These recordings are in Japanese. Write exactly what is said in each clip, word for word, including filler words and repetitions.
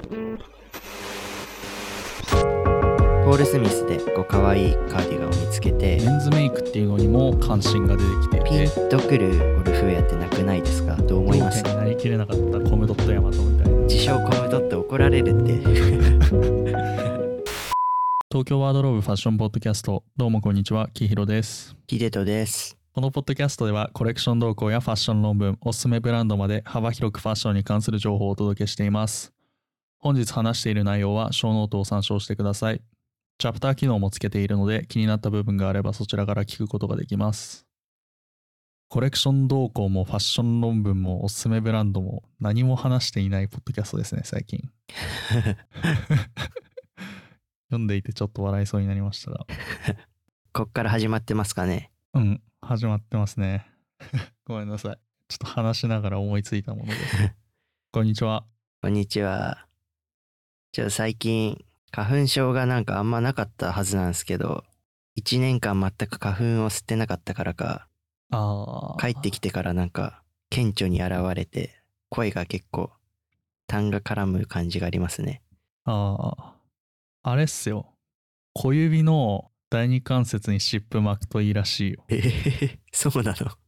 ポール・スミスでこう可愛いカーディガンを見つけて、 メンズメイクっていうのにも関心が出てきていて、 ピンとくるゴルフウェアってなくないですか？どう思いますか？ になりきれなかったコムドットヤマトみたいな。 自称コムドット怒られるって東京ワードローブファッションポッドキャスト、どうもこんにちは、きひろです。 ヒデトです。 このポッドキャストではコレクション動向やファッション論文、おすすめブランドまで幅広くファッションに関する情報をお届けしています。本日話している内容はショーノートを参照してください。チャプター機能もつけているので、気になった部分があればそちらから聞くことができます。コレクション動向もファッション論文もおすすめブランドも何も話していないポッドキャストですね、最近。読んでいてちょっと笑いそうになりましたが。 こっから始まってますかね。 うん、始まってますね。ごめんなさい。ちょっと話しながら思いついたものです。こんにちは。 こんにちは。ちょっと最近花粉症がなんかあんまなかったはずなんですけど、いちねんかん全く花粉を吸ってなかったからか、 あ帰ってきてからなんか顕著に現れて、声が結構痰が絡む感じがありますね。 ああ、あれっすよ。小指の第二関節に湿布巻くといいらしいよ。 えー、そうなの？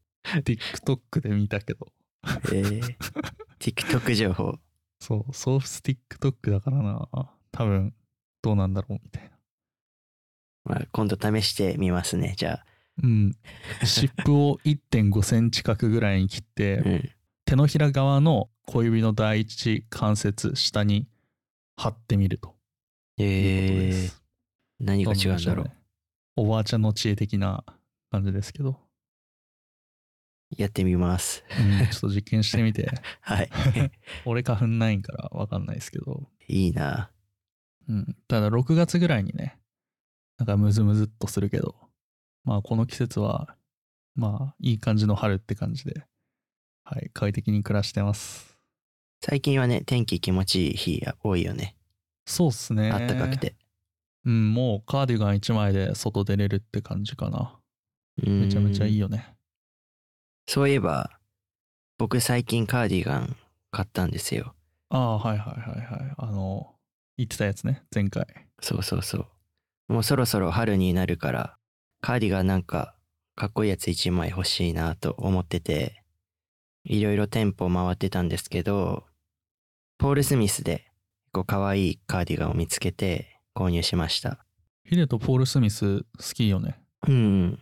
TikTok で見たけど。 えー、TikTok 情報。 そう、ソース TikTok だからな。多分、どうなんだろうみたいな。 まあ、今度試してみますね、じゃあ。 うん。湿布を いってんご センチ角ぐらいに切って、 うん、 手のひら側の小指の第一関節下に貼ってみるということです。 えー、何が違うんだろう。 ね、おばあちゃんの知恵的な感じですけど。 やってみます。 うん、ちょっと実験してみて。 はい。 俺花粉ないんから分かんないですけど。 いいな。 うん。ただろくがつぐらいにね、なんかムズムズっとするけど、まあこの季節は、まあいい感じの春って感じで、はい、快適に暮らしてます。 最近はね、天気気持ちいい日が多いよね。 そうっすね。 あったかくて。 うん、もうカーディガンいちまいで外出れるって感じかな。めちゃめちゃいいよね。 そういえば、僕最近カーディガン買ったんですよ。 ああ、はいはいはいはい。あの、言ってたやつね、前回。 そうそうそう。もうそろそろ春になるから、カーディガンなんかかっこいいやついちまい欲しいなと思ってて、いろいろ店舗回ってたんですけど、ポール・スミスでこう可愛いカーディガンを見つけて購入しました。 ヒデとポール・スミス好きよね。 うん、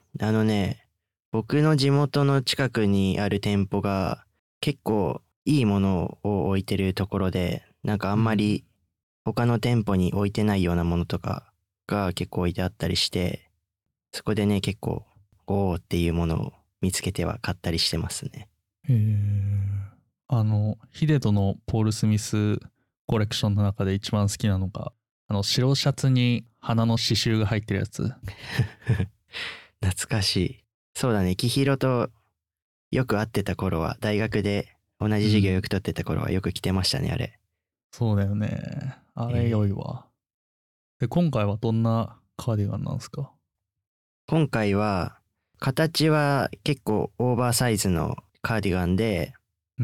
あのね、僕の地元の近くにある店舗が結構いいものを置いてるところで、なんかあんまり他の店舗に置いてないようなものとかが結構置いてあったりして、そこでね、結構おーっていうものを見つけては買ったりしてますね。 へえ。あの、ヒデとのポール・スミスコレクションの中で一番好きなのが、あの、白シャツに花の刺繍が入ってるやつ。 懐かしい。そうだね、キヒロとよく会ってた頃は、大学で同じ授業よく取ってた頃はよく着てましたね、あれ。 そうだよね。あれ良いわ。えー、で、今回はどんなカーディガンなんですか？ 今回は、形は結構オーバーサイズのカーディガンで、 うん。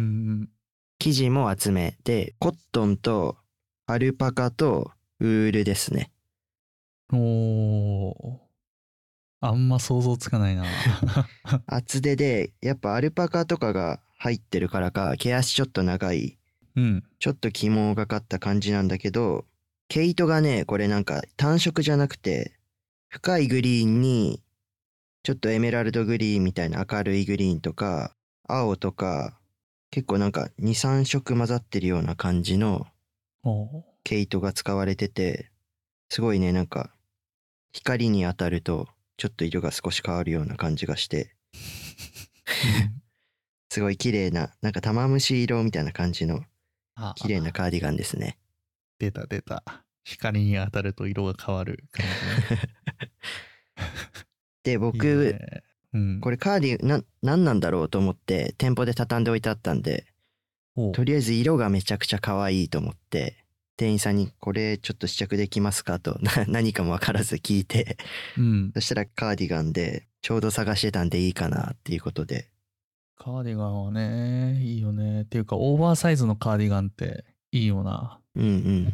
生地も厚めで、コットンとアルパカとウールですね。 おー。あんま想像つかないな。 厚手で、やっぱアルパカとかが入ってるからか、毛足ちょっと長い、 うん。 ちょっと肝がかった感じなんだけど、毛糸がね、これなんか単色じゃなくて、深いグリーンに、ちょっとエメラルドグリーンみたいな明るいグリーンとか、青とか、結構なんかに、さん色混ざってるような感じの毛糸が使われてて、すごいね、なんか、光に当たると、ちょっと色が少し変わるような感じがして、すごい綺麗な、なんか玉虫色みたいな感じの、綺麗なカーディガンですね。 出た出た。光に当たると色が変わる感じね。 で、僕、いいね、うん、これカーディ、な、何なんだろうと思って店舗で畳んでおいてあったんで、とりあえず色がめちゃくちゃ可愛いと思って、店員さんにこれちょっと試着できますかと何かもわからず聞いて、うん、そしたらカーディガンでちょうど探してたんでいいかなっていうことで。 カーディガンはね、いいよね。っていうかオーバーサイズのカーディガンっていいよな。 うんうん。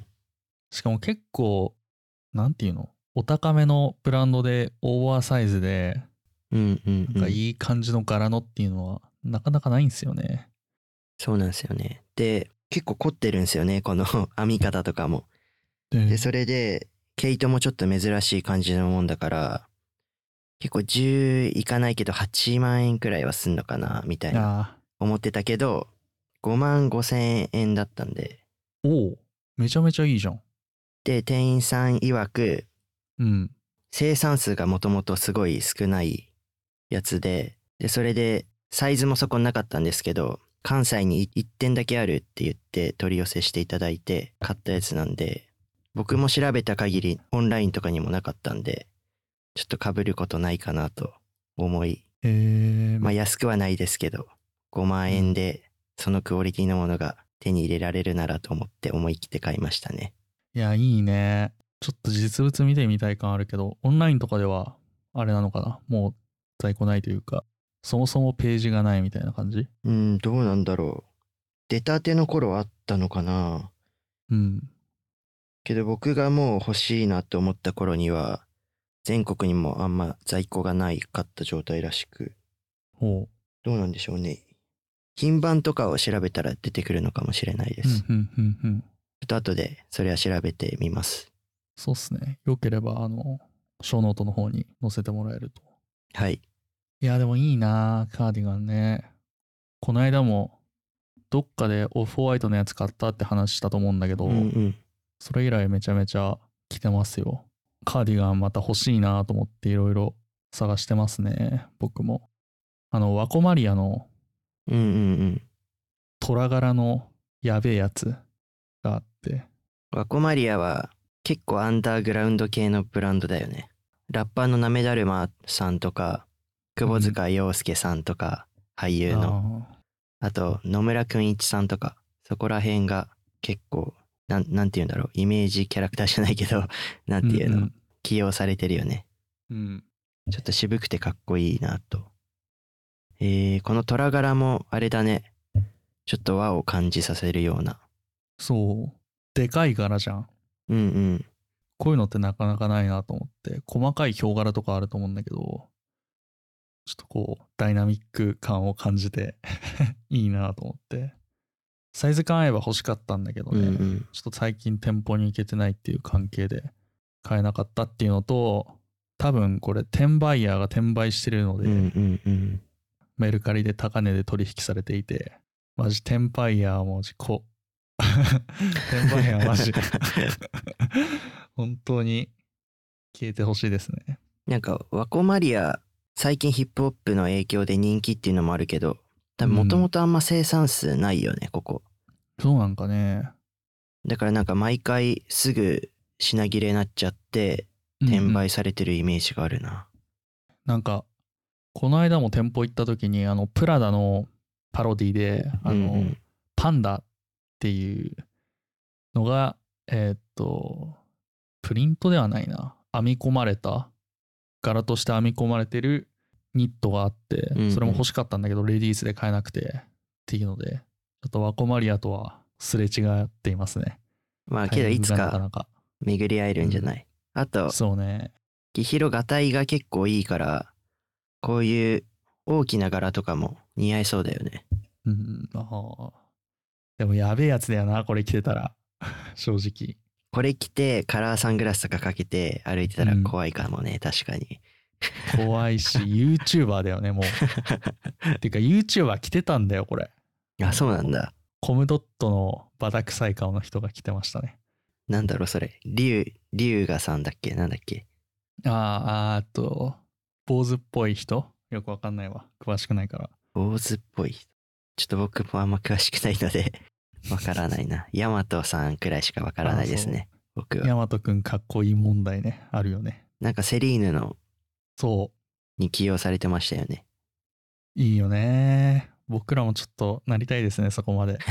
しかも結構、なんていうの、お高めのブランドでオーバーサイズで、 うんうんなんうん。 かいい感じの柄のっていうのはなかなかないんですよね。 そうなんですよね。で、結構凝ってるんですよね、この編み方とかも。で、 で、 それで、毛糸もちょっと珍しい感じのもんだから、結構じゅういかないけどはちまん円くらいはすんのかな、みたいな。 あ思ってたけど、ごまんごせんえんだったんで。 ー、おお、めちゃめちゃいいじゃん。 で、店員さん曰く、 うん。 生産数がもともとすごい少ないやつで、で、それで、サイズもそこなかったんですけど、関西にいってんだけあるって言って取り寄せしていただいて買ったやつなんで、僕も調べた限りオンラインとかにもなかったんで、ちょっと被ることないかなと思い、 えー、 まあ安くはないですけど、ごまん円でそのクオリティのものが手に入れられるならと思って思い切って買いましたね。 いや、いいね。ちょっと実物見てみたい感あるけど、オンラインとかでは、あれなのかな、もう在庫ないというか、そもそもページがないみたいな感じ。 うん、どうなんだろう。出たての頃あったのかな。 うん。 けど僕がもう欲しいなと思った頃には、全国にもあんま在庫がないかった状態らしく、 ほどうなんでしょうね。品番とかを調べたら出てくるのかもしれないでう。うん、 す。 うん、うん、うん。 ちょっと後でそれは調べてみます。 そうっすね。よければ、あの、ショーノートの方に載せてもらえると。 はい。 いや、でもいいなカーディガンね。この間も、どっかでオフホワイトのやつ買ったって話したと思うんだけうんうど、 ん。 それ以来めちゃめちゃ着てますよ。カーディガンまた欲しいなと思っていろいろ探してますね。僕も。あの、ワコマリアのうんうんうん。 虎柄のやべえやつがあって。 ワコマリアは結構アンダーグラウンド系のブランドだよね。ラッパーのなめだるまさんとか、 うん。 窪塚洋介さんとか、俳優の。 ああと、野村くんいちさんとか、そこら辺が結構、なん、なんて言うんだろう。イメージキャラクターじゃないけど、なんー。うんていうの。 うん。 起用されてるよね。 うん。 ちょっと渋くてかっこいいなと。えー、この虎柄もあれだね。ちょっと和を感じさせるような。 そう。でかい柄じゃん。 うんうん。 こういうのってなかなかないなと思って、細かいヒョウ柄とかあると思うんだけど、ちょっとこう、ダイナミック感を感じていいなと思って。サイズ感合えば欲しかったんだけどうんうね、 ん。 ちょっと最近店舗に行けてないっていう関係で買えなかったっていうのと、多分これ転売ヤーが転売してるので、 うんうんうん。 メルカリで高値で取引されていて、マジ転売ヤーも事故。転売ヤーマジ本当に消えてほしいですね。 なんか、ワコマリア、最近ヒップホップの影響で人気っていうのもあるけど、多分もともとあんま生産数ないよね、ここ。 そうなんかね。 だからなんか毎回すぐ品切れになっちゃって転売されてるイメージがあるな。 なんかこの間も店舗行った時にあのプラダのパロディであの、 うんうん、 パンダっていうのがえー、っとプリントではないな、編み込まれた柄として編み込まれてるニットがあって、 うんうん、 それも欲しかったんだけどレディースで買えなくてっていうので、ちょっとワコマリアとはすれ違っていますね。 まあけどいつかなかなか巡り会えるんじゃない、うん、あとそうね、 キヒロがたいが結構いいからこういう大きな柄とかも似合いそうだよね。 うん、あでもやべえやつだよなこれ着てたら正直これ着てカラーサングラスとかかけて歩いてたら怖いかもね、うん、確かに怖いし YouTuber だよねもうてか YouTuber 着てたんだよこれ。 あ、そうなんだ。 コムドットのバタ臭い顔の人が着てましたね。 なんだろうそれ、リュウリュウガさんだっけ、なんだっけ。 あああと坊主っぽい人、よくわかんないわ、詳しくないから。 坊主っぽい人、ちょっと僕もあんま詳しくないのでわからないな。ヤマトさんくらいしかわからないですね、僕は。 ヤマトくんかっこいい問題ね、あるよね。 なんかセリーヌのそうに起用されてましたよね。 いいよね。僕らもちょっとなりたいですねそこまで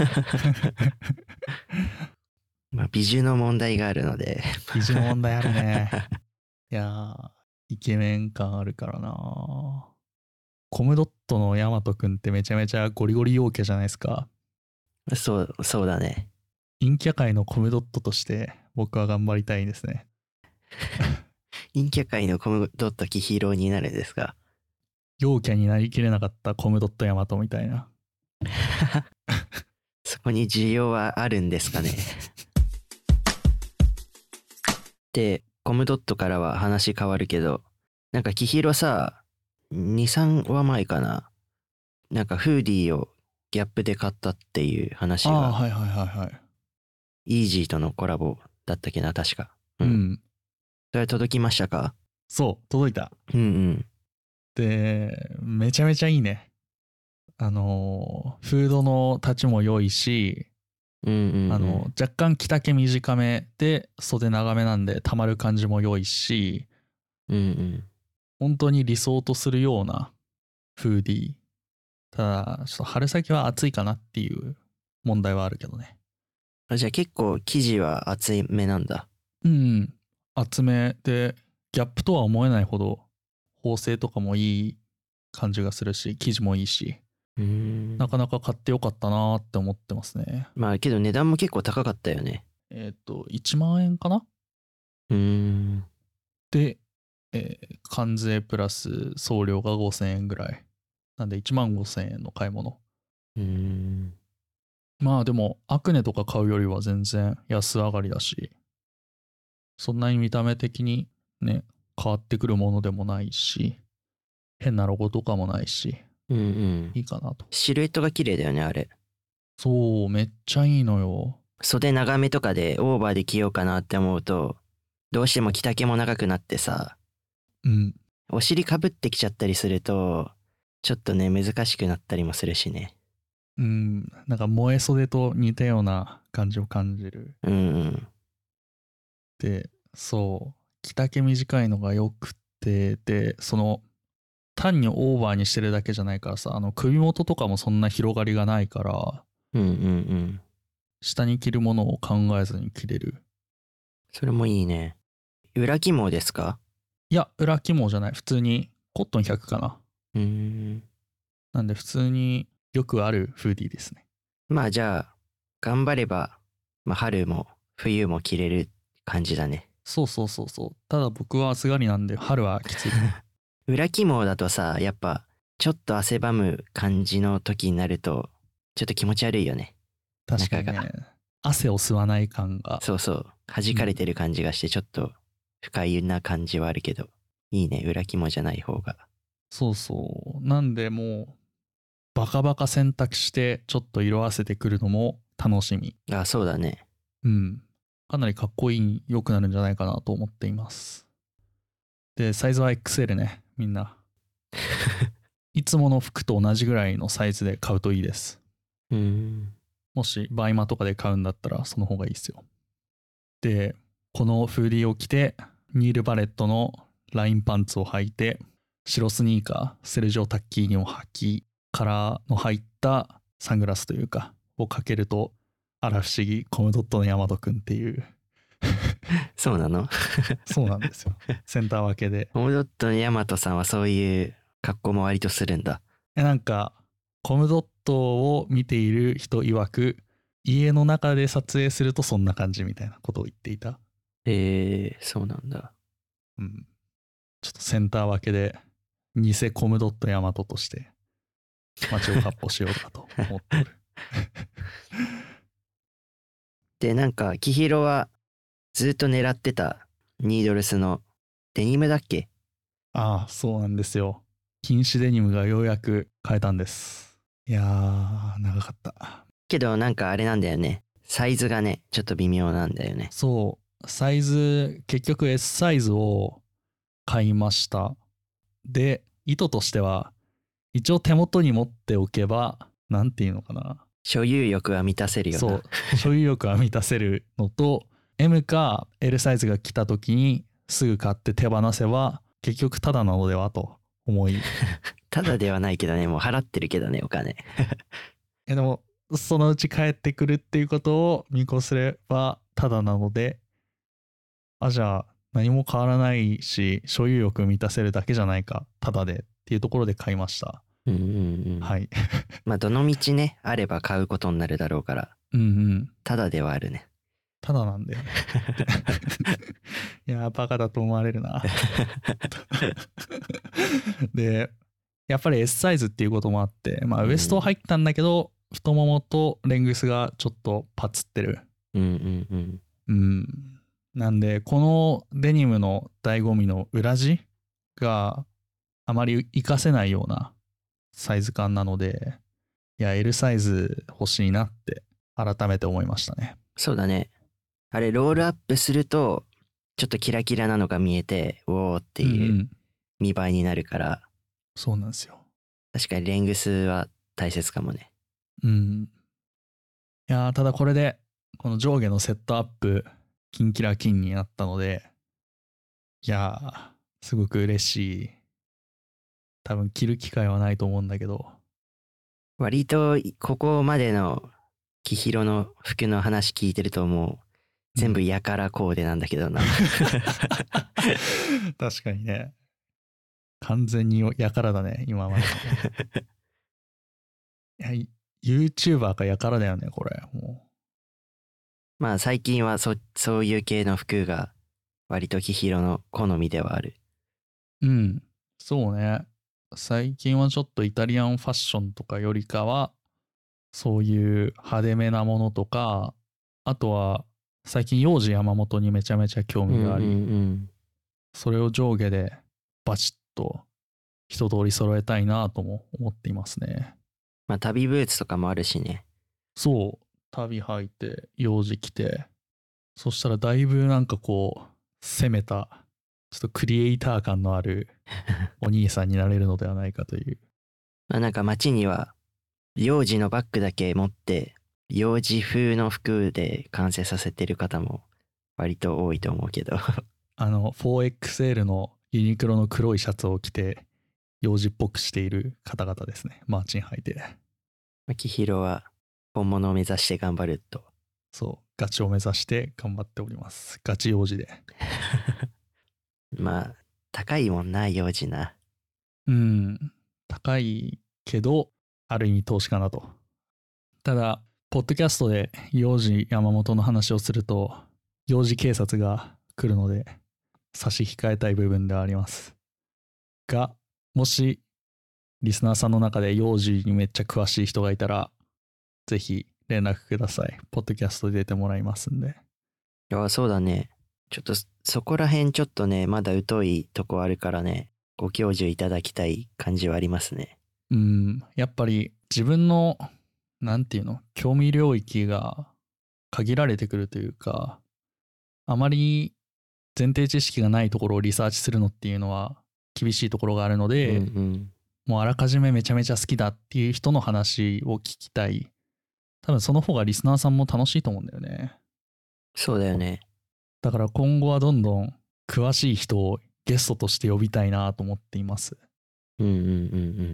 まあ美女の問題があるので美女の問題あるねいやーイケメン感あるからな。コムドットのヤマトくんってめちゃめちゃゴリゴリ陽キャじゃないですか。 そうそうだね。 陰キャ界のコムドットとして僕は頑張りたいですね。 陰キャ界のコムドットキヒロになるんですか？ 陽キャになりきれなかったコムドットヤマトみたいな。 そこに需要はあるんですかね。で、コムドットからは話変わるけど、なんかキヒロさ、に、さんわまえかな。なんかフーディーをギャップで買ったっていう話ああ、 が、 はいはいはいはい。 イージーとのコラボだったっけな、確か。 ううん。 ん。 それ届きましたか？ そう、届いた。 うんうん。 で、めちゃめちゃいいね。あのー、フードの立ちも良いし、 うんうんうん。 あの若干着丈短めで袖長めなんでたまる感じも良いし、 うんうん。 本当に理想とするようなフーディー。ただちょっと春先は暑いかなっていう問題はあるけどね。 あ、じゃあ結構生地は厚いめなんだ。 うん、厚めでギャップとは思えないほど縫製とかもいい感じがするし、生地もいいし、 うーん。 なかなか買ってよかったなーって思ってますね。 まあけど値段も結構高かったよね。 えっといちまん円かな。 うーん。 で、えー関税プラス送料がごせんえんぐらいなんでいちまんごせんえんの買い物。 うーん。 まあでもアクネとか買うよりは全然安上がりだし、そんなに見た目的にね変わってくるものでもないし、変なロゴとかもないし、 うんうん。 いいかなと。 シルエットが綺麗だよね、あれ。 そう、めっちゃいいのよ。 袖長めとかでオーバーで着ようかなって思うと、どうしても着丈も長くなってさ、 うん。 お尻かぶってきちゃったりすると、ちょっとね、難しくなったりもするしね。 うん、なんか萌え袖と似たような感じを感じる。 うんうん。 で、そう、着丈短いのがよくて、で、その、単にオーバーにしてるだけじゃないからさ、あの首元とかもそんな広がりがないから、 うんうんうん。 下に着るものを考えずに着れる。 それもいいね。裏肝ですか？ いや、裏肝じゃない。普通にコットンひゃくかな。 うーん。 なんで普通によくあるフーディーですね。 まあじゃあ、頑張れば、まあ春も冬も着れる感じだね。 そうそうそうそう。ただ僕は暑がりなんで春はきつい。 裏肝だとさ、やっぱ、ちょっと汗ばむ感じの時になると、ちょっと気持ち悪いよね。 確かにね中、 汗を吸わない感が。 そうそう。弾かれてる感じがして、ちょっと不快な感じはあるけど、いいね、裏肝じゃない方が。 そうそう。なんでもう、バカバカ選択してちょっと色あせてくるのも楽しみ。 あ、そうだね。 うん。かなりかっこいい、良くなるんじゃないかなと思っています。で、サイズは エックスエル ね、みんな。いつもの服と同じぐらいのサイズで買うといいです。 うーん。 もしバイマとかで買うんだったらその方がいいですよ。で、このフーディーを着て、ニール・バレットのラインパンツを履いて、白スニーカー、セルジオ・タッキーニを履き、カラーの入ったサングラスというか、をかけると、あら不思議、コムドットのヤマトくんっていう。 そうなの？ そうなんですよ。センター分けで。 コムドットのヤマトさんはそういう格好も割とするんだ。 え、なんか、コムドットを見ている人曰く、家の中で撮影するとそんな感じみたいなことを言っていた。 えー、そうなんだ。 うん。ちょっとセンター分けで、偽コムドットヤマトとして、街をかっ歩しようかと思っておる。 で、なんか、キヒロはずっと狙ってたニードルスのデニムだっけ？ ああ、そうなんですよ。禁止デニムがようやく買えたんです。いやー、長かった。 けどなんかあれなんだよね。サイズがね、ちょっと微妙なんだよね。 そう、サイズ、結局 S サイズを買いました。で、意図としては、一応手元に持っておけば、なんていうのかな。 所有欲は満たせるような。 そう、所有欲は満たせるのと、M か L サイズが来た時にすぐ買って手放せば、結局タダなのではと思い。 ただではないけどね、もう払ってるけどね、お金。 えでも、そのうち帰ってくるっていうことを見越せればタダなので、あ、じゃあ何も変わらないし、所有欲満たせるだけじゃないか、タダでっていうところで買いました。 うんうんうん。 はい。 まあ、どの道ね、あれば買うことになるだろうから。 ううんうん。 ただではあるね。 ただなんだよね。いやー、バカだと思われるな。で、やっぱり S サイズっていうこともあって、まあウエスト入ったんだけど、太ももとレングスがちょっとパツってる。 うんうんうん。 うん。なんで、このデニムの醍醐味の裏地があまり活かせないようなサイズ感なので、いや、L サイズ欲しいなって改めて思いましたね。 そうだね。あれ、ロールアップすると、ちょっとキラキラなのが見えて、おーっていううんうん。 見栄えになるから、 そうなんですよ。 確かにレングスは大切かもね。 うん。いやー、ただこれで、この上下のセットアップ、キンキラキンになったので、いやー、すごく嬉しい。多分着る機会はないと思うんだけど、 割と、ここまでの、キヒロの服の話聞いてるともう、全部やからコーデなんだけどな。 確かにね。完全にやからだね、今まで。いや、YouTuber かやからだよね、これ。もまあ最近はそ、そういう系の服が、割とキヒロの好みではある。 う。うん。そうね。最近はちょっとイタリアンファッションとかよりかは、そういう派手めなものとか、あとは、最近幼児山本にめちゃめちゃ興味があり、 うんうんうん、 それを上下でバチッと一通り揃えたいなとも思っていますね。 まあ旅ブーツとかもあるしね。 そう、旅履いて、幼児着て、そしたらだいぶなんかこう、攻めた、ちょっとクリエイター感のあるお兄さんになれるのではないかという。 まあなんか街には、幼児のバッグだけ持って、幼児風の服で完成させてる方も割と多いと思うけど。 あの、フォーエックスエル のユニクロの黒いシャツを着て、幼児っぽくしている方々ですね。マーチン履いて。 キヒロは本物を目指して頑張ると。 そう、ガチを目指して頑張っております。ガチ幼児で。 まあ、高いもんな、幼児な。 うん、高いけど、ある意味投資かなと。ただ、ポッドキャストで幼児山本の話をすると、幼児警察が来るので、差し控えたい部分ではあります。が、もし、リスナーさんの中で幼児にめっちゃ詳しい人がいたら、ぜひ連絡ください。ポッドキャストで出てもらいますんで。 いや、そうだね。ちょっとそこら辺ちょっとね、まだ疎いとこあるからね、ご教授いただきたい感じはありますね。 うん、やっぱり自分の、なんていうの、興味領域が限られてくるというか、あまり前提知識がないところをリサーチするのっていうのは厳しいところがあるので、 うんうん、 もうあらかじめめちゃめちゃ好きだっていう人の話を聞きたい。多分その方がリスナーさんも楽しいと思うんだよね。 そうだよね。 だから今後はどんどん詳しい人をゲストとして呼びたいなと思っています。 うんうんうんうん。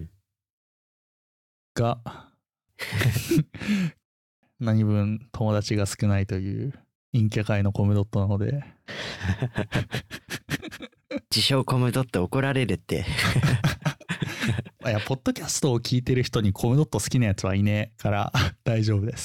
が、何分友達が少ないという陰キャ界のコムドットなので自称コムドット怒られるって。 いや、ポッドキャストを聞いてる人にコムドット好きなやつはいねえから大丈夫です。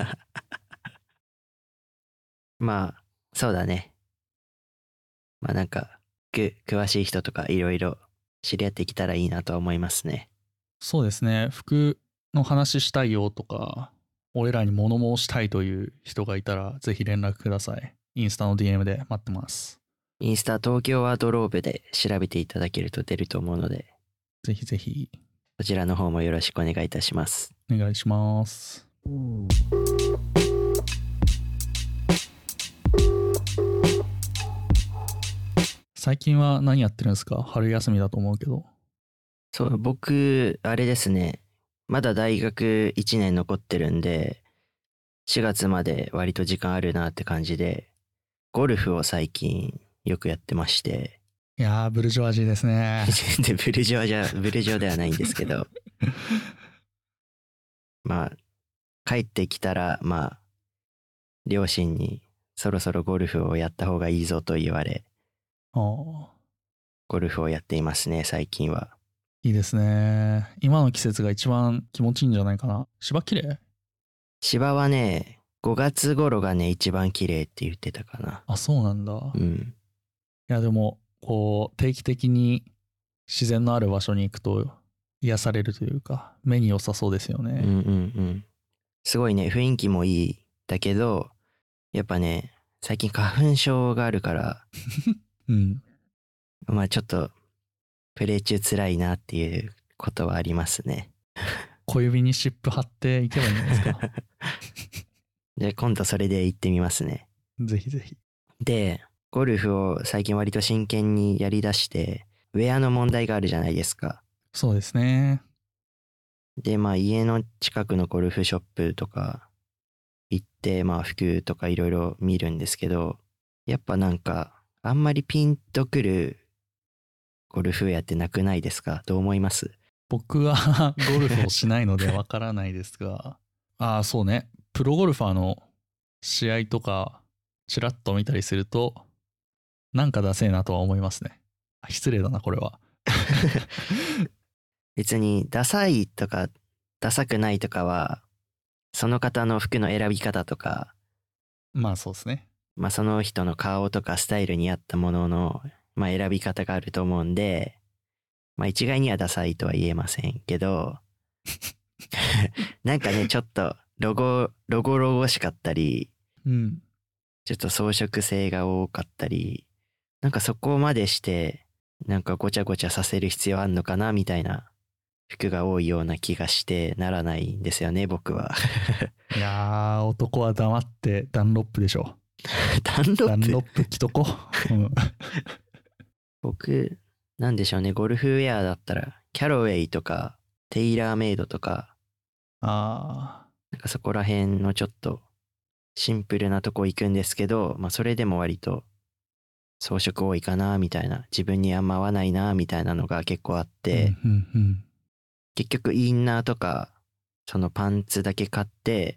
まあ、そうだね。まあなんか、く、詳しい人とかいろいろ知り合ってきたらいいなとは思いますね。 そうですね。服の話したいよとか、俺らに物申したいという人がいたら、ぜひ連絡ください。インスタの ディーエム で待ってます。 インスタ東京ワードローブで調べていただけると出ると思うので、 ぜひぜひ、 そちらの方もよろしくお願いいたします。 お願いします。最近は何やってるんですか？春休みだと思うけど。 そう、僕、あれですね。まだ大学いちねん残ってるんで、しがつまで割と時間あるなって感じで、ゴルフを最近よくやってまして。 いやー、ブルジョワジーですね。 全然ブルジョワじゃ、ブルジョワではないんですけど。まあ、帰ってきたら、まあ、両親にそろそろゴルフをやった方がいいぞと言われ、 あゴルフをやっていますね、最近は。 いいですね。今の季節が一番気持ちいいんじゃないかな。芝綺麗？ 芝はね、ごがつ頃がね、一番綺麗って言ってたかな。 あ、そうなんだ。 うん。 いやでもこう定期的に自然のある場所に行くと癒されるというか目に良さそうですよね。 うんうんうん。すごいね、雰囲気もいい。だけど、やっぱね、最近花粉症があるから、 うん。 まあちょっと、プレイ中辛いなっていうことはありますね。 小指に湿布貼っていけばいいんじゃないですか。 じゃあ今度それで行ってみますね。 ぜひぜひ。 で、ゴルフを最近割と真剣にやりだして、ウェアの問題があるじゃないですか。 そうですね。 で、まあ家の近くのゴルフショップとか行って、まあ服とかいろいろ見るんですけど、やっぱなんか、あんまりピンとくるゴルフウェアってなくないですか？どう思います？ 僕はゴルフをしないのでわからないですが、ああそうね、プロゴルファーの試合とかちらっと見たりするとなんかダセえなとは思いますね。あ、失礼だなこれは。 別にダサいとかダサくないとかは、その方の服の選び方とか、 まあそうですね。 まあその人の顔とかスタイルに合ったものの、まあ選び方があると思うんで、まあ一概にはダサいとは言えませんけど、なんかね、ちょっとロゴ、ロゴロゴしかったり、 うん。 ちょっと装飾性が多かったり、なんかそこまでして、なんかごちゃごちゃさせる必要あんのかなみたいな服が多いような気がしてならないんですよね、僕は。 いやー男は黙ってダンロップでしょ。 ダンロップダンロップ着とこ。うん、 僕、なんでしょうね、ゴルフウェアだったら、キャロウェイとか、テイラーメイドとか、 あなんかそこら辺のちょっとシンプルなとこ行くんですけど、まあそれでも割と装飾多いかな、みたいな、自分にあんま合わないな、みたいなのが結構あっー、 て、 うんうんうん、 結局インナーとか、そのパンツだけ買って、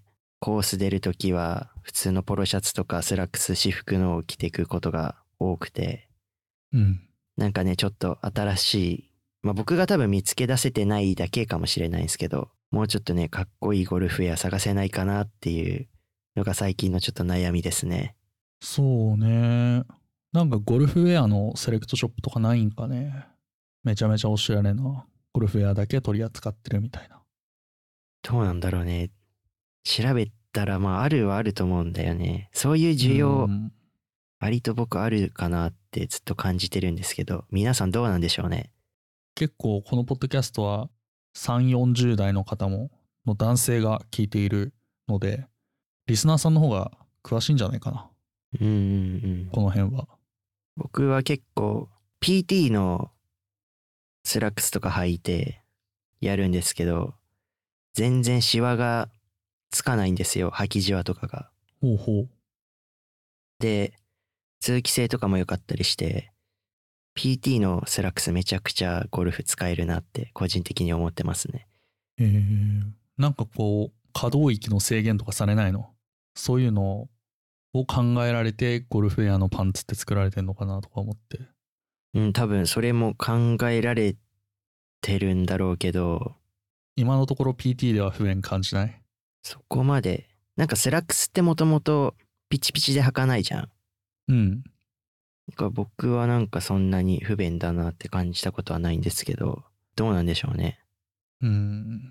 コース出るときは普通のポロシャツとかスラックス私服のを着ていくことが多くて、 うん。 なんかね、ちょっと新しい、まあ僕が多分見つけ出せてないだけかもしれないんですけど、もうちょっとね、かっこいいゴルフウェア探せないかなっていうのが最近のちょっと悩みですね。 そうね。なんかゴルフウェアのセレクトショップとかないんかね。めちゃめちゃおしゃれなゴルフウェアだけ取り扱ってるみたいな。 どうなんだろうね。調べたらまああるはあると思うんだよね。そういうう需要、 ん。 割と僕あるかなってずっと感じてるんですけど、皆さんどうなんでしょうね。 結構このポッドキャストはさん、よんじゅう代の方も、の男性が聞いているので、リスナーさんの方が詳しいんじゃないかな。 うんうんうん。 この辺は。 僕は結構 ピーティー のスラックスとか履いてやるんですけど、全然シワがつかないんですよ、履きじわとかが。 ほうほう。 で、通気性とかも良かったりして、ピーティー のスラックスめちゃくちゃゴルフ使えるなって個人的に思ってますね。 えー、なんかこう、可動域の制限とかされないの？そういうのを考えられてゴルフウェアのパンツって作られてんのかなとか思って。 うん、多分それも考えられてるんだろうけど、 今のところ ピーティー では不便感じない？ そこまで、なんかスラックスってもともとピチピチで履かないじゃん。 うん。 だから僕はなんかそんなに不便だなって感じたことはないんですけど、どうなんでしょうね。 うん。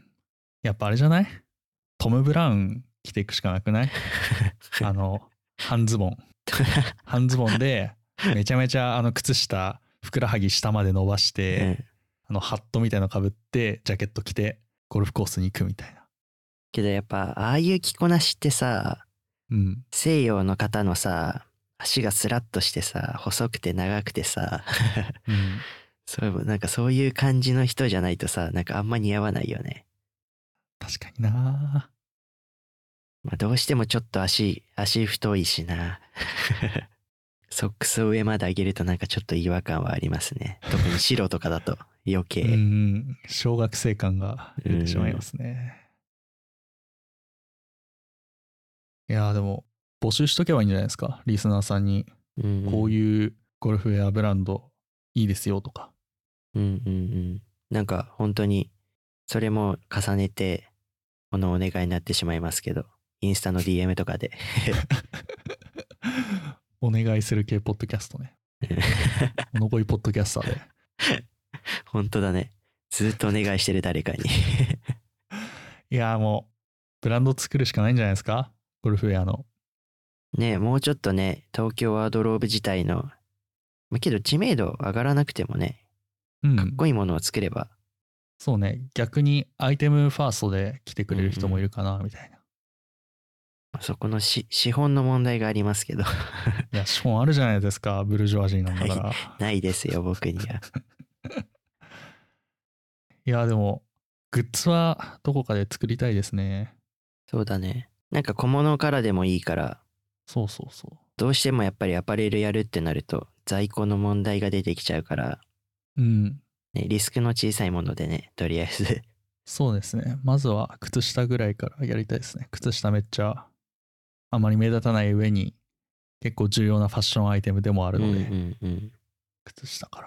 やっぱあれじゃない？トム・ブラウン着ていくしかなくない？あの、半ズボン。半ズボンで、めちゃめちゃあの靴下、ふくらはぎ下まで伸ばしうて、 ん、 あのハットみたいなのかぶって、ジャケット着て、ゴルフコースに行くみたいな。 けどやっぱああいう着こなしってさ、 うん。 西洋の方のさ、足がスラッとしてさ、細くて長くてさ、 うん。 そうなんかそういう感じの人じゃないとさ、なんかあんま似合わないよね。 確かにな。 まあどうしてもちょっと足、足太いしな。ソックスを上まで上げるとなんかちょっと違和感はありますね。特に白とかだと余計。 うんうん。小学生感が出てしまいまうんすね。いやーでも、募集しとけばいいんじゃないですか。リスナーさんに、 うんこういうゴルフウェアブランドいいですよとか。 うんうんうん。なんか本当にそれも重ねてこのお願いになってしまいますけど、 インスタの ディーエム とかでお願いする系ポッドキャストね。おのぼいポッドキャスターで。 本当だね。ずっとお願いしてる誰かにいやもうブランド作るしかないんじゃないですか、ゴルフウェアの。 ねえ、もうちょっとね、東京ワードローブ自体の、まあ、けど知名度上がらなくてもね、 うん、 かっこいいものを作れば、 そうね、逆にアイテムファーストで来てくれる人もいるかなみたいな。 まあそこのし資本の問題がありますけどいや資本あるじゃないですか、ブルジョワジーなんだから。 ないですよ僕には。 いやでもグッズはどこかで作りたいですね。 そうだね。なんか小物からでもいいから、 そうそうそう。 どうしてもやっぱりアパレルやるってなると在庫の問題が出てきちゃうから、 うんね、リスクの小さいものでね、とりあえずそうですね、まずは靴下ぐらいからやりたいですね。靴下めっちゃあまり目立たない上に結構重要なファッションアイテムでもあるので、 うんうんうん、 靴下から。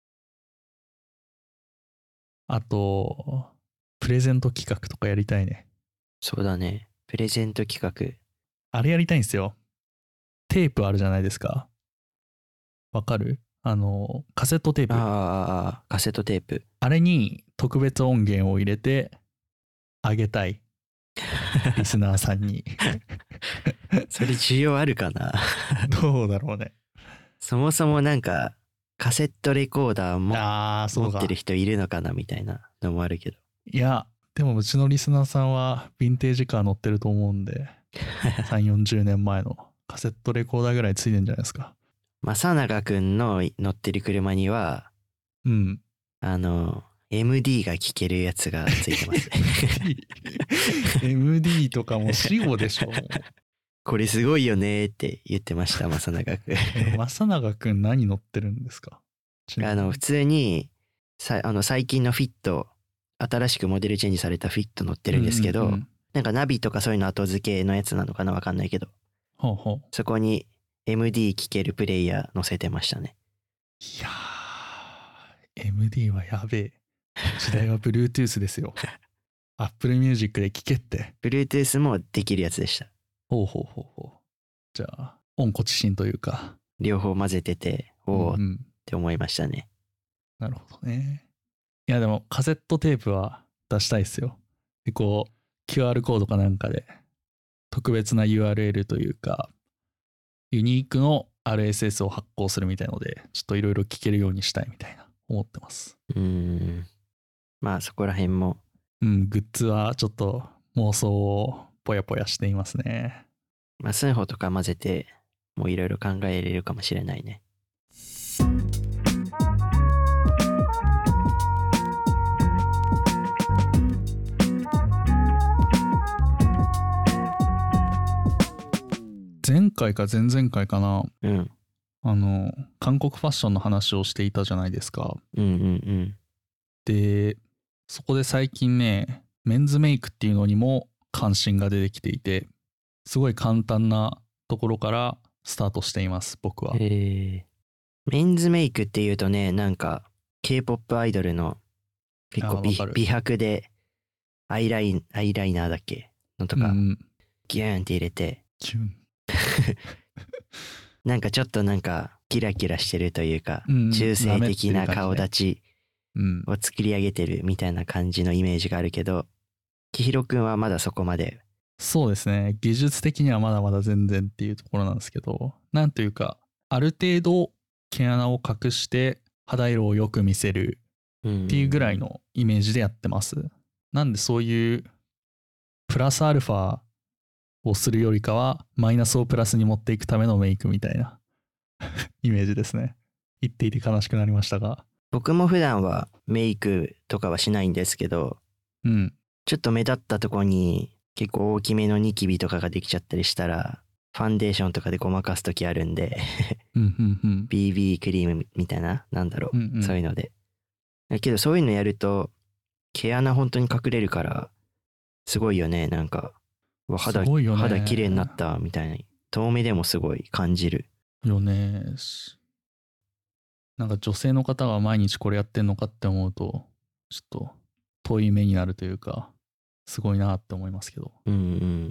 あとプレゼント企画とかやりたいね。 そうだね。プレゼント企画。 あれやりたいんですよ。テープあるじゃないですか。わかる？あのカセットテープ。 ああ、あカセットテープ。 あれに特別音源を入れてあげたい。リスナーさんに。 それ需要あるかなどうだろうね。 そもそもなんかカセットレコーダーもああ、そうか。 持ってる人いるのかなみたいなのもあるけど。 いや、でもうちのリスナーさんはヴィンテージカー乗ってると思うんで、さんじゅう、よんじゅうねんまえのカセットレコーダーぐらいついてんじゃないですか。 正永くんの乗ってる車には、 うん。 あの、エムディー が聴けるやつがついてますね。 エムディー とかも死後でしょ。 これすごいよねって言ってました、正永くん。 正永くん何乗ってるんですか？ あの、普通に、さあの最近のフィット、新しくモデルチェンジされたフィット乗ってるんですけど、 うんうんうん、 なんかナビとかそういうの後付けのやつなのかなわかんないけど、 ほうほう、 そこに エムディー 聴けるプレイヤー載せてましたね。 いやー エムディー はやべえ。時代は Bluetooth ですよ。Apple Music で聴けって。 Bluetooth もできるやつでした。 ほうほうほうほう。じゃあ温故知新というか両方混ぜてておお、 うんうん、 って思いましたね。 なるほどね。いやでもカセットテープは出したいですよ。でこう キューアール コードかなんかで特別な ユーアールエル というかユニークの アールエスエス を発行するみたいので、ちょっといろいろ聞けるようにしたいみたいな思ってます。 うーん。まあそこら辺も。 うん、グッズはちょっと妄想をぽやぽやしていますね。 まあスンホとか混ぜてもういろいろ考えれるかもしれないね。 前回か前々回かな、 うん。 あの韓国ファッションの話をしていたじゃないですか。 うんうんうん。 でそこで最近ねメンズメイクっていうのにも関心が出てきていて、すごい簡単なところからスタートしています僕は。 へえ。メンズメイクっていうとね、なんか K-ポップ アイドルの結構 美, 美白でアイラインアイライナーだっけのとか、うん、ギューンって入れてキュンなんかちょっとなんかキラキラしてるというか、 うん、 中性的な顔立ちを作り上げてるみたいな感じのイメージがあるけど、千尋くんはまだそこまで。 そうですね、技術的にはまだまだ全然っていうところなんですけど、なんというかある程度毛穴を隠して肌色をよく見せるっていうぐらいのイメージでやってます。なんでそういうプラスアルファをするよりかはマイナスをプラスに持っていくためのメイクみたいなイメージですね。言っていて悲しくなりましたが、 僕も普段はメイクとかはしないんですけど、 うん、 ちょっと目立ったとこに結構大きめのニキビとかができちゃったりしたらファンデーションとかでごまかす時あるんでうんうんうん、 ビービー クリームみたいな、なんだろう、うんうん、そういうので。だけどそういうのやると毛穴本当に隠れるからすごいよね。なんか肌すごいよね、肌綺麗になったみたいな、遠目でもすごい感じるよね。なんか女性の方が毎日これやってんのかって思うとちょっと遠い目になるというか、すごいなって思いますけど。 うんうん。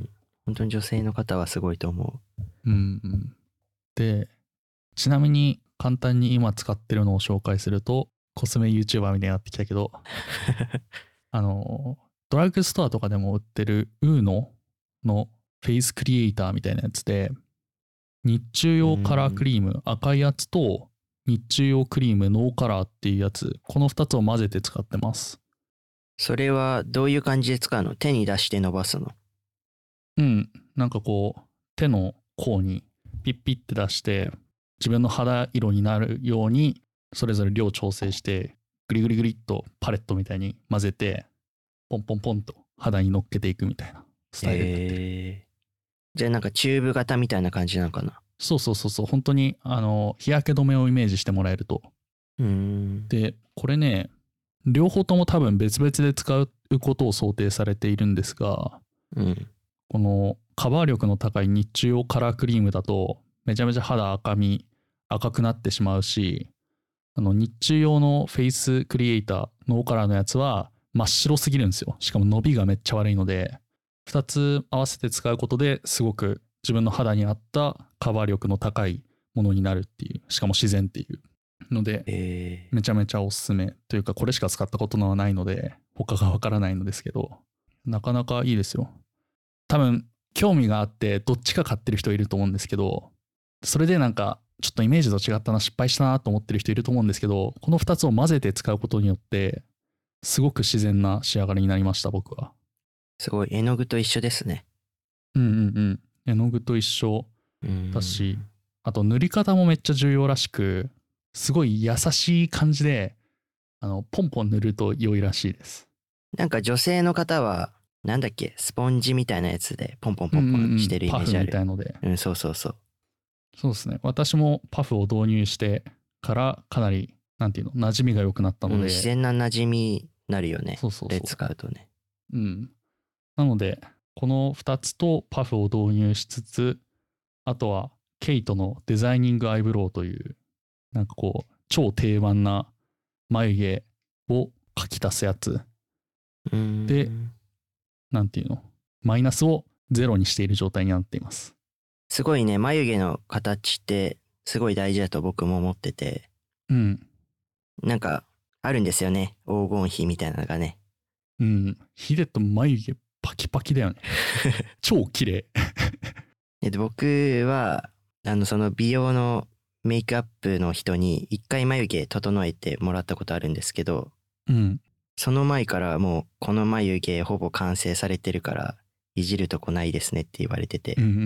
本当に女性の方はすごいと思うんうん。で、ちなみに簡単に今使ってるのを紹介すると、コスメ YouTuber みたいになってきたけど、あの、ドラッグストアとかでも売ってるウーノのフェイスクリエイターみたいなやつで、日中用カラークリーム、赤いやつと日中用クリームノーカラーっていうやつ、このふたつを混ぜて使ってます。 それはどういう感じで使うの？手に出して伸ばすの？ うん、なんかこう手の甲にピッピッて出して自分の肌色になるようにそれぞれ量調整してグリグリグリっとパレットみたいに混ぜてポンポンポンと肌に乗っけていくみたいなスタイルになってる。 えー、じゃあなんかチューブ型みたいな感じなのかな？ そうそうそうそう、本当にあの日焼け止めをイメージしてもらえると。 うーん。 でこれね、両方とも多分別々で使うことを想定されているんですが、 うん。 このカバー力の高い日中用カラークリームだとめちゃめちゃ肌赤み赤くなってしまうし、あの日中用のフェイスクリエイターノーカラーのやつは真っ白すぎるんですよ。しかも伸びがめっちゃ悪いので、ふたつ合わせて使うことですごく自分の肌に合ったカバー力の高いものになるっていう、しかも自然っていうので、 えー、 めちゃめちゃおすすめというか、これしか使ったことのはないので他がわからないのですけど、なかなかいいですよ。多分興味があってどっちか買ってる人いると思うんですけど、それでなんかちょっとイメージと違ったな、失敗したなと思ってる人いると思うんですけど、このふたつを混ぜて使うことによってすごく自然な仕上がりになりました、僕は。 すごい、絵の具と一緒ですね。 うんうんうん、絵の具と一緒だし、あと塗り方もめっちゃ重要らしく、すごい優しい感じであのポンポン塗ると良いらしいです。 なんか女性の方はなんだっけ、スポンジみたいなやつでポンポンポンポンしてるイメージある。 パフみたいので。 うん、そうそうそう。 そうですね。私もパフを導入してからかなりなんていうの、馴染みが良くなったので、 うん、自然な馴染みになるよね。 そうそうそう。 で使うとね。 うん。なのでこのふたつとパフを導入しつつ、あとはケイトのデザイニングアイブロウというなんかこう超定番な眉毛を描き足すやつうーんで、なんていうの、マイナスをゼロにしている状態になっています。 すごいね、眉毛の形ってすごい大事だと僕も思ってて、 うん。 なんかあるんですよね、黄金比みたいなのがね。 うん。ヒデと眉毛パキパキだよね。超綺麗。 で僕はあのその美容のメイクアップの人に一回眉毛整えてもらったことあるんですけど、 うん。 その前からもうこの眉毛ほぼ完成されてるからいじるとこないですねって言われてて、 うんうんうん。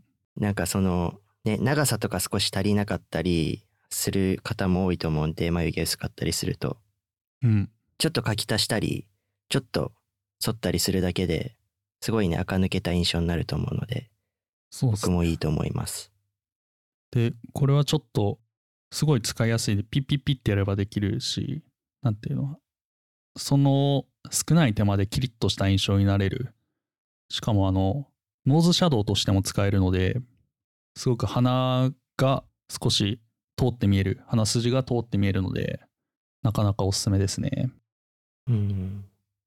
なんかそのね、長さとか少し足りなかったりする方も多いと思うんで、眉毛薄かったりすると、 うん。 ちょっと描き足したりちょっと剃ったりするだけですごいね、垢抜けた印象になると思うので、 そうっすね。 僕もいいと思います。 で、これはちょっとすごい使いやすいで、ピッピッピッってやればできるし、なんていうの、その少ない手間でキリッとした印象になれる。しかもあのノーズシャドウとしても使えるので、すごく鼻が少し通って見える、鼻筋が通って見えるので、なかなかおすすめですね。 うん。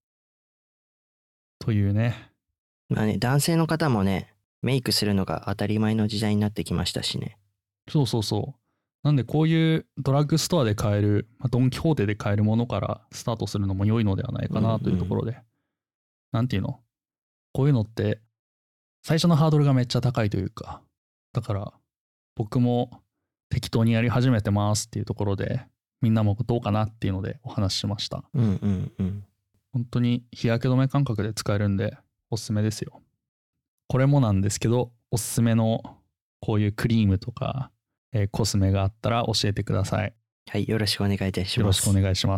というね。 まあね、男性の方もね、メイクするのが当たり前の時代になってきましたしね。 そうそうそう。なんでこういうドラッグストアで買える、まあ、ドン・キホーテで買えるものからスタートするのも良いのではないかなというところで、うんうん、なんていうの、こういうのって最初のハードルがめっちゃ高いというか、だから僕も適当にやり始めてますっていうところで、みんなもどうかなっていうのでお話ししました。 うんうんうん。 本当に日焼け止め感覚で使えるんでおすすめですよ。これもなんですけど、おすすめのこういうクリームとか、えー、コスメがあったら教えてください。 はい、よろしくお願いいたします。 よろしくお願いします。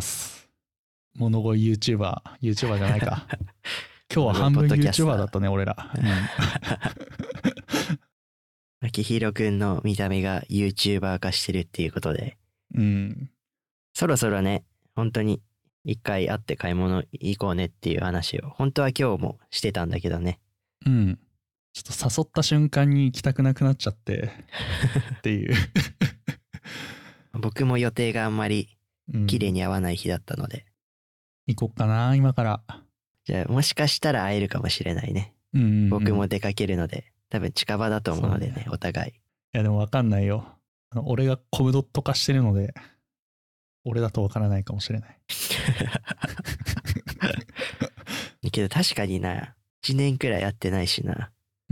物乞い YouTuber、YouTuber じゃないか。今日は半分 YouTuber だったね、俺ら。 あきひろくんの見た目が YouTuber 化してるっていうことで、 うん、 そろそろね、本当に一回会って買い物行こうねっていう話を本当は今日もしてたんだけどね。 うん。ちょっと誘った瞬間に行きたくなくなっちゃってっていう。 僕も予定があんまり綺麗に合わない日だったので、 うん、行こっかな今から。 じゃあもしかしたら会えるかもしれないね。 うんうんうん、 僕も出かけるので、多分近場だと思うのでね、 ねお互い。 いやでも分かんないよ。あの俺がコムドット化してるので、俺だと分からないかもしれない。 けど確かにな、いちねんくらいやってないしな。 うん。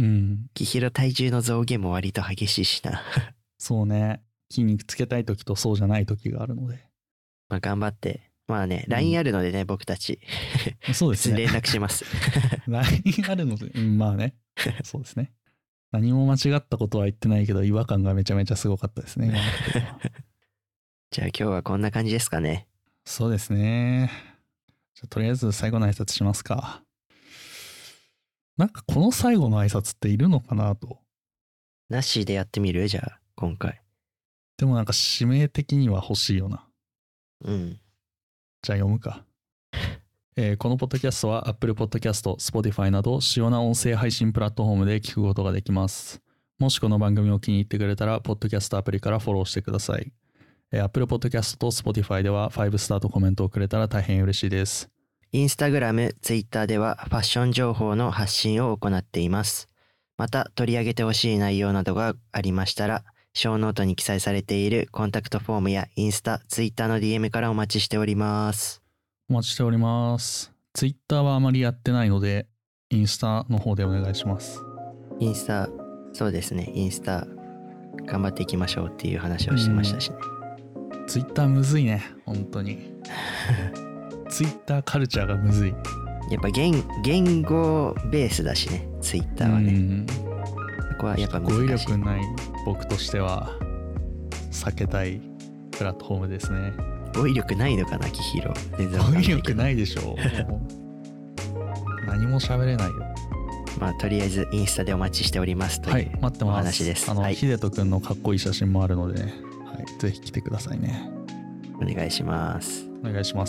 キヒロ体重の増減も割と激しいしな。 そうね。筋肉つけたい時とそうじゃない時があるので。 まあ頑張って。まあね、ライン あるのでね、僕たち。 そうですね。 連絡します。 ライン あるので、うん、まあね。そうですね。何も間違ったことは言ってないけど、違和感がめちゃめちゃすごかったですね。今のところはじゃあ今日はこんな感じですかね。 そうですね。じゃあとりあえず最後の挨拶しますか。なんかこの最後の挨拶っているのかなと。 なしでやってみる？じゃあ今回。 でもなんか指名的には欲しいよな。 うん。 じゃあ読むか。えーこのポッドキャストは Apple Podcast、Spotify など主要な音声配信プラットフォームで聞くことができます。もしこの番組を気に入ってくれたら、ポッドキャストアプリからフォローしてください。えー Apple Podcast と Spotify ではごスターとコメントをくれたら大変嬉しいです。 インスタグラム、ツイッターではファッション情報の発信を行っています。また取り上げてほしい内容などがありましたら、ショーノートに記載されているコンタクトフォームやインスタ、ツイッターの ディーエム からお待ちしております。 お待ちしております。Twitter はあまりやってないので、インスタの方でお願いします。 インスタ、そうですね、インスタ頑張っていきましょうっていう話をしてましたしね。 Twitter むずいね、本当に。Twitter カルチャーがむずい。 やっぱ言言語ベースだしね、ツイッターはね。 うんここはやっぱ難しい。 語彙力ない僕としては避けたいプラットフォームですね。 語彙力ないのかな、キヒロ。全然わかん語彙ないけど力ないでしょ。何も喋れないよ。 まあとりあえずインスタでお待ちしておりますとはいいう、待っておます。 話です。 あの、 はい、 ヒデト君のかっこいい写真もあるので、ね、はい、ぜひ来てくださいね。 お願いします。 お願いします。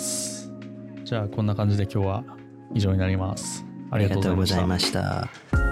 じゃあこんな感じで今日は以上になります。あありりがとうがとうございございました。 ました。